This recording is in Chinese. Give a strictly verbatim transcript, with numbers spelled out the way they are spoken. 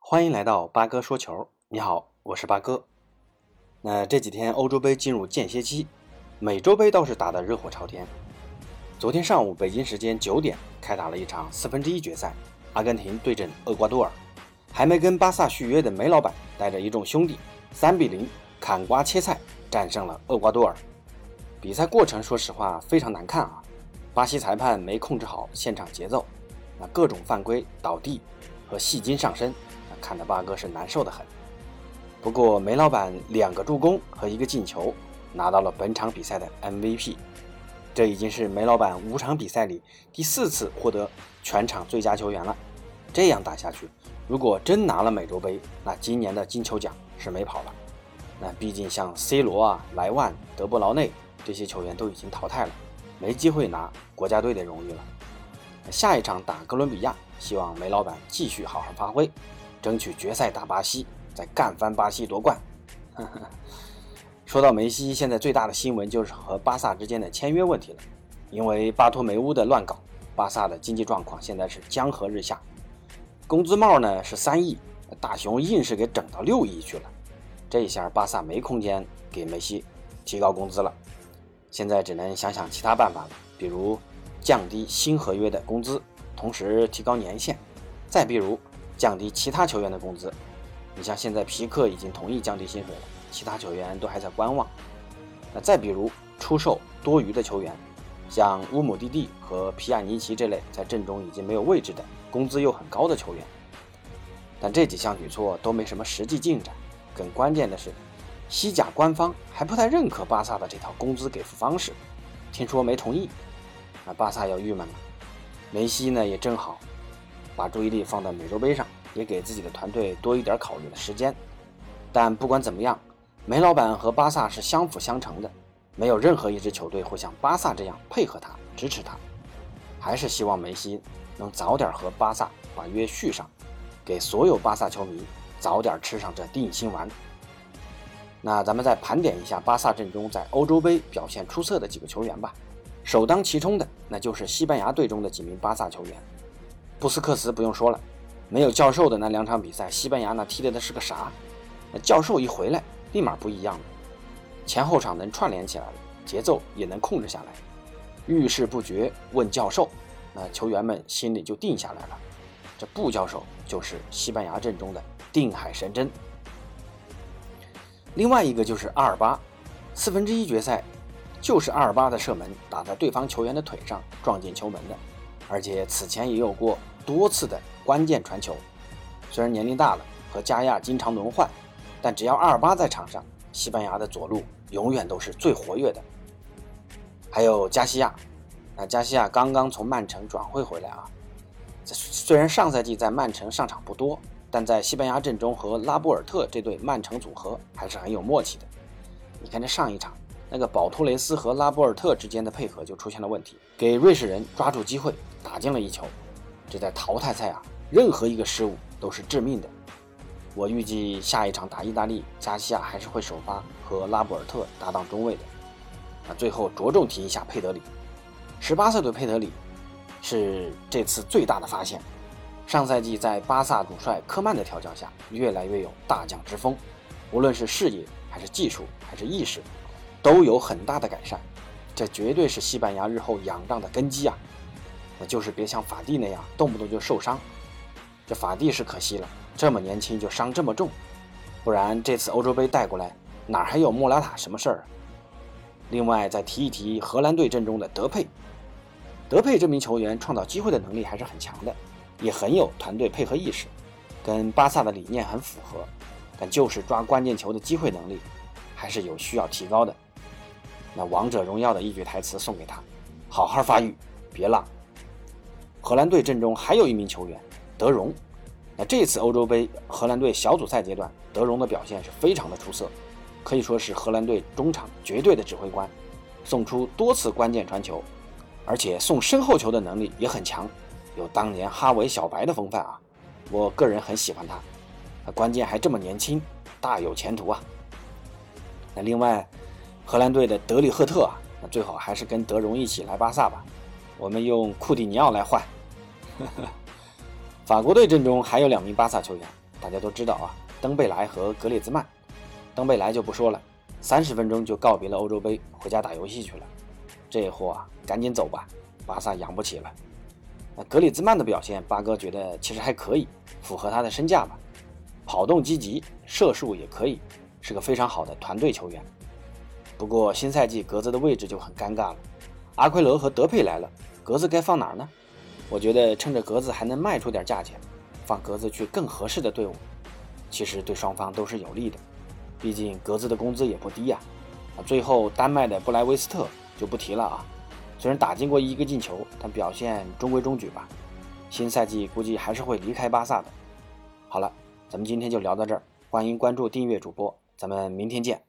欢迎来到八哥说球，你好，我是八哥。那这几天欧洲杯进入间歇期，美洲杯倒是打得热火朝天。昨天上午北京时间九点开打了一场四分之一决赛，阿根廷对阵厄瓜多尔。还没跟巴萨续约的梅老板带着一众兄弟三比零砍瓜切菜战胜了厄瓜多尔。比赛过程说实话非常难看啊，巴西裁判没控制好现场节奏，那各种犯规倒地和戏精上身，看得八哥是难受得很。不过梅老板两个助攻和一个进球，拿到了本场比赛的 M V P， 这已经是梅老板五场比赛里第四次获得全场最佳球员了。这样打下去，如果真拿了美洲杯，那今年的金球奖是没跑了。那毕竟像 C 罗啊、莱万、德布劳内这些球员都已经淘汰了，没机会拿国家队的荣誉了。下一场打哥伦比亚，希望梅老板继续好好发挥，争取决赛打巴西，再干翻巴西夺冠。说到梅西，现在最大的新闻就是和巴萨之间的签约问题了。因为巴托梅乌的乱搞，巴萨的经济状况现在是江河日下。工资帽呢是三亿，大熊硬是给整到六亿去了。这一下巴萨没空间给梅西提高工资了，现在只能想想其他办法了，比如降低新合约的工资，同时提高年限，再比如降低其他球员的工资。你像现在皮克已经同意降低薪水了，其他球员都还在观望。那再比如出售多余的球员，像乌姆蒂蒂和皮亚尼奇这类在阵中已经没有位置的，工资又很高的球员。但这几项举措都没什么实际进展，更关键的是西甲官方还不太认可巴萨的这套工资给付方式，听说没同意。那巴萨要郁闷了。梅西呢也正好把注意力放到美洲杯上，也给自己的团队多一点考虑的时间。但不管怎么样，梅老板和巴萨是相辅相成的，没有任何一支球队会像巴萨这样配合他支持他。还是希望梅西能早点和巴萨把约续上，给所有巴萨球迷早点吃上这定心丸。那咱们再盘点一下巴萨阵中在欧洲杯表现出色的几个球员吧。首当其冲的那就是西班牙队中的几名巴萨球员。布斯克茨不用说了，没有教授的那两场比赛，西班牙那踢的的是个啥？那教授一回来立马不一样了，前后场能串联起来了，节奏也能控制下来，遇事不决问教授，那球员们心里就定下来了，这布教授就是西班牙阵中的定海神针。另外一个就是阿尔巴，四分之一决赛就是阿尔巴的射门打在对方球员的腿上撞进球门的，而且此前也有过多次的关键传球。虽然年龄大了，和加亚经常轮换，但只要阿尔巴在场上，西班牙的左路永远都是最活跃的。还有加西亚，那加西亚刚刚从曼城转会回来啊，虽然上赛季在曼城上场不多，但在西班牙阵中和拉波尔特这对曼城组合还是很有默契的。你看这上一场那个保托雷斯和拉波尔特之间的配合就出现了问题，给瑞士人抓住机会打进了一球。这在淘汰赛啊，任何一个失误都是致命的。我预计下一场打意大利，加西亚还是会首发和拉波尔特搭档中卫的。那最后着重提一下佩德里，十八岁的佩德里是这次最大的发现。上赛季在巴萨主帅科曼的调教下，越来越有大将之风，无论是视野还是技术还是意识，都有很大的改善。这绝对是西班牙日后仰仗的根基啊！那就是别像法蒂那样动不动就受伤。这法蒂是可惜了，这么年轻就伤这么重，不然这次欧洲杯带过来，哪还有莫拉塔什么事儿啊？另外再提一提荷兰队阵中的德佩，德佩这名球员创造机会的能力还是很强的，也很有团队配合意识，跟巴萨的理念很符合，但就是抓关键球的机会能力还是有需要提高的。那王者荣耀的一句台词送给他，好好发育，别浪。荷兰队阵中还有一名球员德容，那这次欧洲杯荷兰队小组赛阶段，德容的表现是非常的出色，可以说是荷兰队中场绝对的指挥官，送出多次关键传球，而且送身后球的能力也很强，有当年哈维小白的风范啊，我个人很喜欢他，关键还这么年轻，大有前途啊。那另外荷兰队的德里赫特啊，那最好还是跟德容一起来巴萨吧，我们用库蒂尼奥来换。法国队阵中还有两名巴萨球员， 大家都知道啊，登贝莱和格列兹曼。登贝莱就不说了，三十分钟就告别了欧洲杯，回家打游戏去了。这货啊，赶紧走吧，巴萨养不起了。那格列兹曼的表现，八哥觉得其实还可以，符合他的身价吧。跑动积极，射术也可以，是个非常好的团队球员。不过新赛季格子的位置就很尴尬了，阿奎罗和德佩来了，格子该放哪儿呢？我觉得趁着格子还能卖出点价钱，放格子去更合适的队伍，其实对双方都是有利的。毕竟格子的工资也不低呀、啊。最后丹麦的布莱维斯特就不提了啊，虽然打进过一个进球，但表现中规中矩吧。新赛季估计还是会离开巴萨的。好了，咱们今天就聊到这儿，欢迎关注订阅主播，咱们明天见。